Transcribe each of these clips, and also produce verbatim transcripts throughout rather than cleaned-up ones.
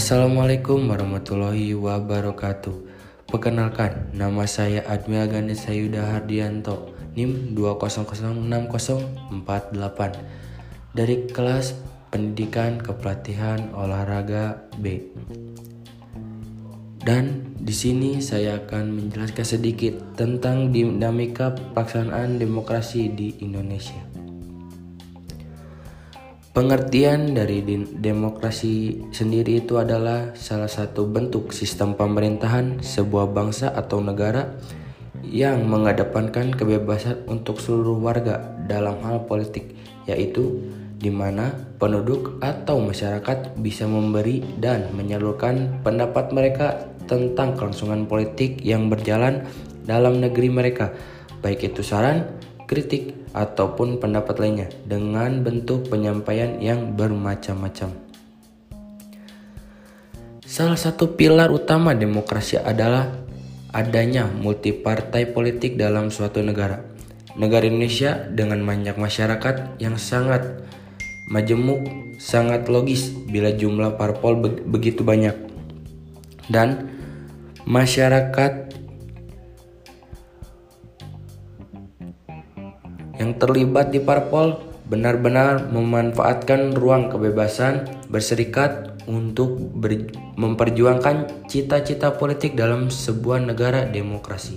Assalamualaikum warahmatullahi wabarakatuh. Perkenalkan, nama saya Admil Ganesha Yuda Hardianto, N I M dua nol nol enam nol empat delapan dari kelas Pendidikan Kepelatihan Olahraga B. Dan di sini saya akan menjelaskan sedikit tentang dinamika pelaksanaan demokrasi di Indonesia. Pengertian dari demokrasi sendiri itu adalah salah satu bentuk sistem pemerintahan sebuah bangsa atau negara yang mengedepankan kebebasan untuk seluruh warga dalam hal politik, yaitu di mana penduduk atau masyarakat bisa memberi dan menyalurkan pendapat mereka tentang kelangsungan politik yang berjalan dalam negeri mereka, baik itu saran, kritik, ataupun pendapat lainnya dengan bentuk penyampaian yang bermacam-macam. Salah satu pilar utama demokrasi adalah adanya multipartai politik dalam suatu negara. Negara Indonesia dengan banyak masyarakat yang sangat majemuk, sangat logis bila jumlah parpol be- begitu banyak. Dan masyarakat yang terlibat di parpol benar-benar memanfaatkan ruang kebebasan berserikat untuk ber- memperjuangkan cita-cita politik dalam sebuah negara demokrasi.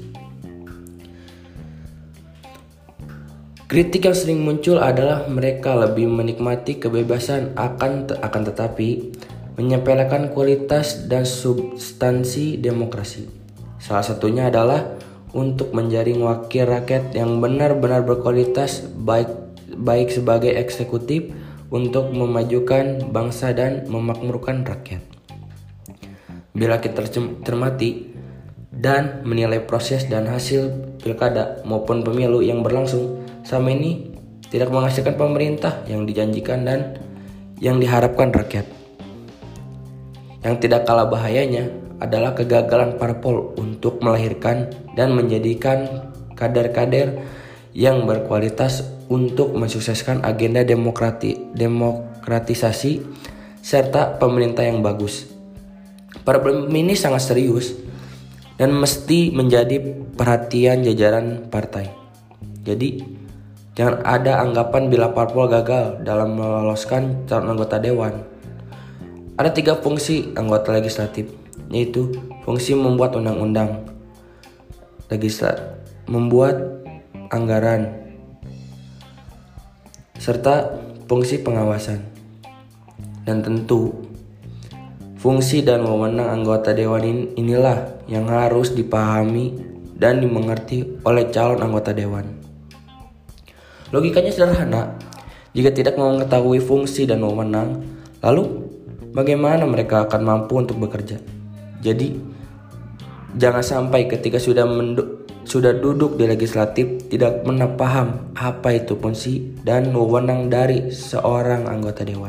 Kritik yang sering muncul adalah mereka lebih menikmati kebebasan akan te- akan tetapi menyepelekan kualitas dan substansi demokrasi. Salah satunya adalah untuk menjaring wakil rakyat yang benar-benar berkualitas baik baik sebagai eksekutif untuk memajukan bangsa dan memakmurkan rakyat. Bila kita cermati dan menilai proses dan hasil pilkada maupun pemilu yang berlangsung selama ini tidak menghasilkan pemerintah yang dijanjikan dan yang diharapkan rakyat. Yang tidak kalah bahayanya adalah kegagalan parpol untuk melahirkan dan menjadikan kader-kader yang berkualitas untuk mensukseskan agenda demokrati, demokratisasi serta pemerintah yang bagus. Problem ini sangat serius dan mesti menjadi perhatian jajaran partai. Jadi, jangan ada anggapan bila parpol gagal dalam meloloskan calon anggota dewan. Ada tiga fungsi anggota legislatif, yaitu fungsi membuat undang-undang, legislatif, membuat anggaran, serta fungsi pengawasan. Dan tentu fungsi dan wewenang anggota dewan inilah yang harus dipahami dan dimengerti oleh calon anggota dewan. Logikanya sederhana, jika tidak mengetahui fungsi dan wewenang, lalu bagaimana mereka akan mampu untuk bekerja? Jadi, jangan sampai ketika sudah mendu- sudah duduk di legislatif tidak pernah paham apa itu fungsi dan wewenang dari seorang anggota dewan.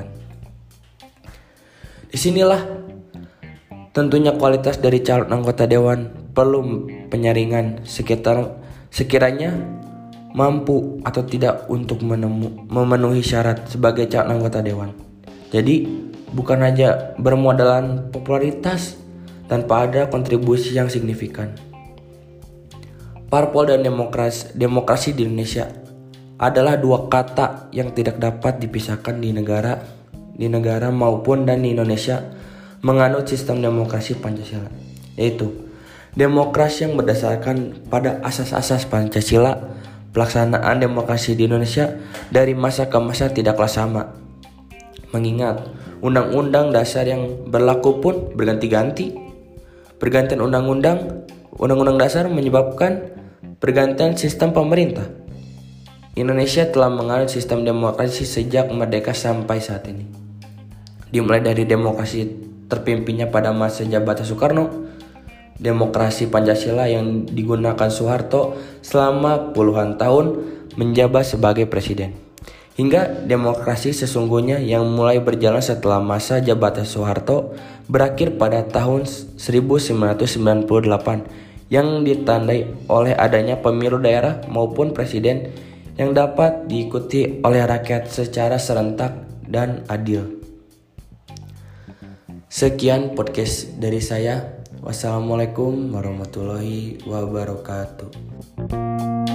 Disinilah tentunya kualitas dari calon anggota dewan perlu penyaringan sekitar sekiranya mampu atau tidak untuk menemu, memenuhi syarat sebagai calon anggota dewan. Jadi, bukan hanya bermodalan popularitas tanpa ada kontribusi yang signifikan. Parpol dan demokrasi, demokrasi di Indonesia adalah dua kata yang tidak dapat dipisahkan di negara di negara maupun dan di Indonesia menganut sistem demokrasi Pancasila, yaitu demokrasi yang berdasarkan pada asas-asas Pancasila. Pelaksanaan demokrasi di Indonesia dari masa ke masa tidaklah sama, mengingat Undang-Undang Dasar yang berlaku pun berganti-ganti. Pergantian undang-undang, undang-undang dasar menyebabkan pergantian sistem pemerintah. Indonesia telah menganut sistem demokrasi sejak merdeka sampai saat ini. Dimulai dari demokrasi terpimpinnya pada masa jabatan Soekarno, demokrasi Pancasila yang digunakan Soeharto selama puluhan tahun menjabat sebagai presiden, hingga demokrasi sesungguhnya yang mulai berjalan setelah masa jabatan Soeharto berakhir pada tahun seribu sembilan ratus sembilan puluh delapan yang ditandai oleh adanya pemilu daerah maupun presiden yang dapat diikuti oleh rakyat secara serentak dan adil. Sekian podcast dari saya. Wassalamualaikum warahmatullahi wabarakatuh.